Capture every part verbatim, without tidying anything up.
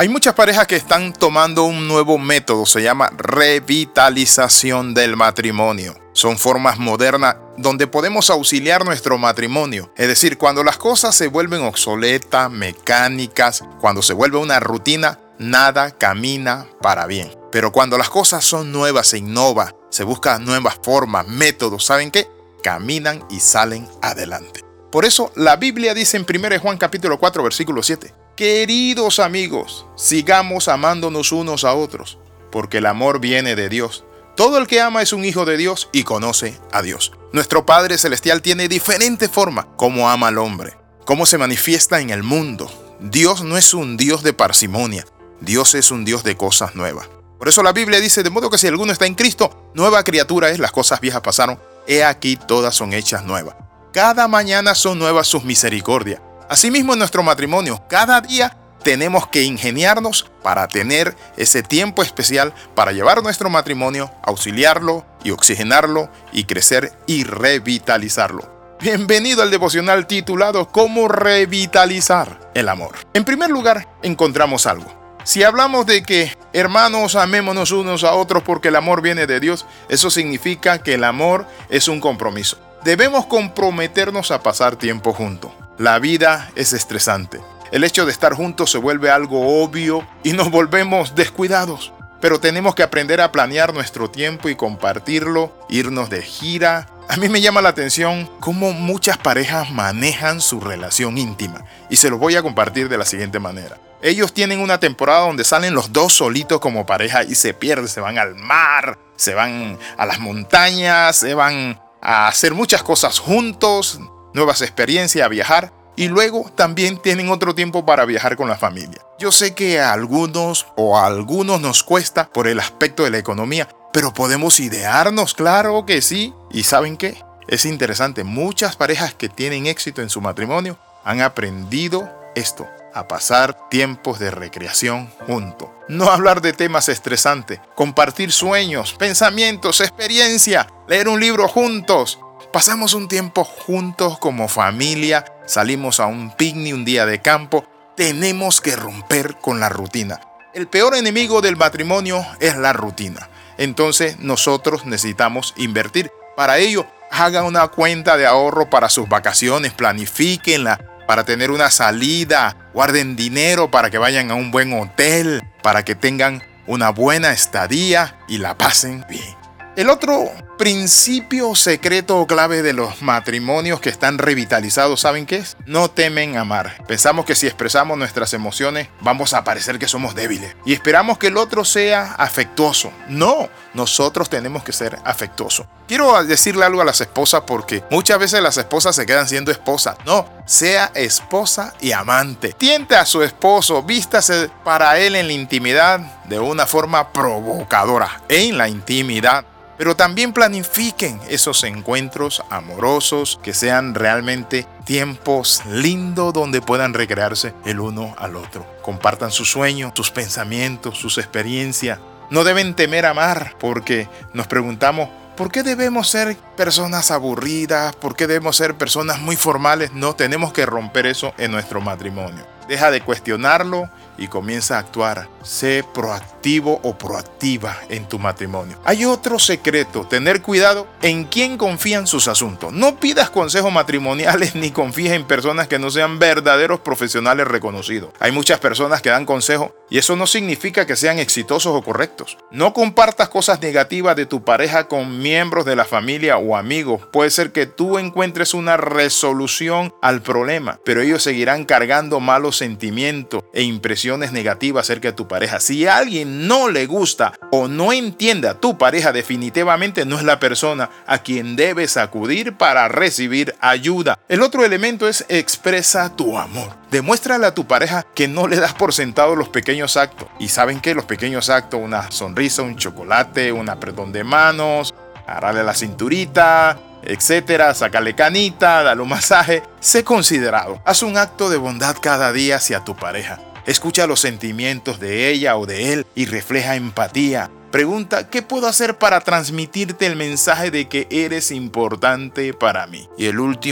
Hay muchas parejas que están tomando un nuevo método, se llama revitalización del matrimonio. Son formas modernas donde podemos auxiliar nuestro matrimonio. Es decir, cuando las cosas se vuelven obsoletas, mecánicas, cuando se vuelve una rutina, nada camina para bien. Pero cuando las cosas son nuevas, se innova, se buscan nuevas formas, métodos, ¿saben qué? Caminan y salen adelante. Por eso la Biblia dice en primera de Juan capítulo cuatro, versículo siete, queridos amigos, sigamos amándonos unos a otros, porque el amor viene de Dios. Todo el que ama es un hijo de Dios y conoce a Dios. Nuestro Padre Celestial tiene diferentes formas como ama al hombre, cómo se manifiesta en el mundo. Dios no es un Dios de parsimonia, Dios es un Dios de cosas nuevas. Por eso la Biblia dice, de modo que si alguno está en Cristo, nueva criatura es, las cosas viejas pasaron, he aquí todas son hechas nuevas. Cada mañana son nuevas sus misericordias. Asimismo en nuestro matrimonio, cada día tenemos que ingeniarnos para tener ese tiempo especial para llevar nuestro matrimonio, auxiliarlo y oxigenarlo y crecer y revitalizarlo. Bienvenido al devocional titulado ¿Cómo revitalizar el amor? En primer lugar, encontramos algo. Si hablamos de que, hermanos, amémonos unos a otros porque el amor viene de Dios, eso significa que el amor es un compromiso. Debemos comprometernos a pasar tiempo juntos. La vida es estresante. El hecho de estar juntos se vuelve algo obvio y nos volvemos descuidados. Pero tenemos que aprender a planear nuestro tiempo y compartirlo, irnos de gira. A mí me llama la atención cómo muchas parejas manejan su relación íntima. Y se los voy a compartir de la siguiente manera. Ellos tienen una temporada donde salen los dos solitos como pareja y se pierden. Se van al mar, se van a las montañas, se van a hacer muchas cosas juntos, nuevas experiencias, a viajar. Y luego también tienen otro tiempo para viajar con la familia. Yo sé que a algunos o a algunos nos cuesta por el aspecto de la economía, pero podemos idearnos, claro que sí. ¿Y saben qué? Es interesante, muchas parejas que tienen éxito en su matrimonio han aprendido esto, a pasar tiempos de recreación juntos. No hablar de temas estresantes, compartir sueños, pensamientos, experiencia, leer un libro juntos. Pasamos un tiempo juntos como familia, salimos a un picnic, un día de campo. Tenemos que romper con la rutina. El peor enemigo del matrimonio es la rutina. Entonces nosotros necesitamos invertir. Para ello, hagan una cuenta de ahorro para sus vacaciones, planifíquenla para tener una salida, guarden dinero para que vayan a un buen hotel, para que tengan una buena estadía y la pasen bien. El otro principio secreto o clave de los matrimonios que están revitalizados, ¿saben qué es? No temen amar. Pensamos que si expresamos nuestras emociones vamos a parecer que somos débiles y esperamos que el otro sea afectuoso. No, nosotros tenemos que ser afectuosos. Quiero decirle algo a las esposas porque muchas veces las esposas se quedan siendo esposas. No, sea esposa y amante. Tiente a su esposo, vístase para él en la intimidad de una forma provocadora, en la intimidad. Pero también planifiquen esos encuentros amorosos que sean realmente tiempos lindos donde puedan recrearse el uno al otro. Compartan sus sueños, sus pensamientos, sus experiencias. No deben temer amar porque nos preguntamos, ¿por qué debemos ser personas aburridas? ¿Por qué debemos ser personas muy formales? No, tenemos que romper eso en nuestro matrimonio. Deja de cuestionarlo y comienza a actuar. Sé proactivo o proactiva en tu matrimonio. Hay otro secreto, tener cuidado en quién confían sus asuntos. No pidas consejos matrimoniales ni confíes en personas que no sean verdaderos profesionales reconocidos. Hay muchas personas que dan consejos y eso no significa que sean exitosos o correctos. No compartas cosas negativas de tu pareja con miembros de la familia o amigos. Puede ser que tú encuentres una resolución al problema, pero ellos seguirán cargando malos sentimientos e impresiones negativas acerca de tu pareja. Si a alguien no le gusta o no entiende a tu pareja, definitivamente no es la persona a quien debes acudir para recibir ayuda. El otro elemento es expresa tu amor. Demuéstrale a tu pareja que no le das por sentado los pequeños actos. ¿Y saben qué? Los pequeños actos, una sonrisa, un chocolate, un apretón de manos, agarrarle la cinturita, etcétera, sacarle canita, darle un masaje. Sé considerado. Haz un acto de bondad cada día hacia tu pareja. Escucha los sentimientos de ella o de él y refleja empatía. Pregunta, ¿qué puedo hacer para transmitirte el mensaje de que eres importante para mí? Y el último,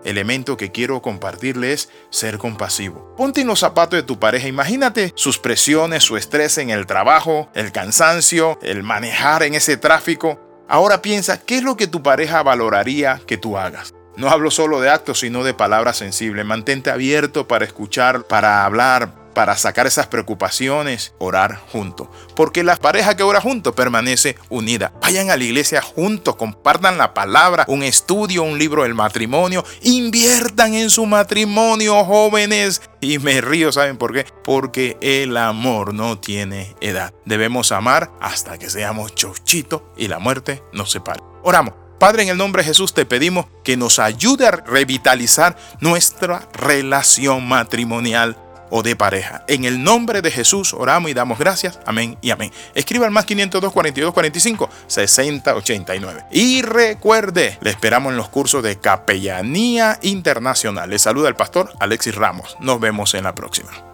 elemento que quiero compartirle es ser compasivo. Ponte en los zapatos de tu pareja, imagínate sus presiones, su estrés en el trabajo, el cansancio, el manejar en ese tráfico. Ahora piensa, ¿qué es lo que tu pareja valoraría que tú hagas? No hablo solo de actos, sino de palabras sensibles. Mantente abierto para escuchar, para hablar, para sacar esas preocupaciones, orar juntos. Porque la pareja que ora juntos permanece unida. Vayan a la iglesia juntos, compartan la palabra, un estudio, un libro del matrimonio. Inviertan en su matrimonio, jóvenes. Y me río, ¿saben por qué? Porque el amor no tiene edad. Debemos amar hasta que seamos chochitos y la muerte nos separe. Oramos. Padre, en el nombre de Jesús te pedimos que nos ayude a revitalizar nuestra relación matrimonial o de pareja. En el nombre de Jesús oramos y damos gracias. Amén y amén. Escriba al más quinientos dos, cuarenta y dos, cuarenta y cinco, sesenta, ochenta y nueve. Y recuerde, le esperamos en los cursos de Capellanía Internacional. Le saluda el pastor Alexis Ramos. Nos vemos en la próxima.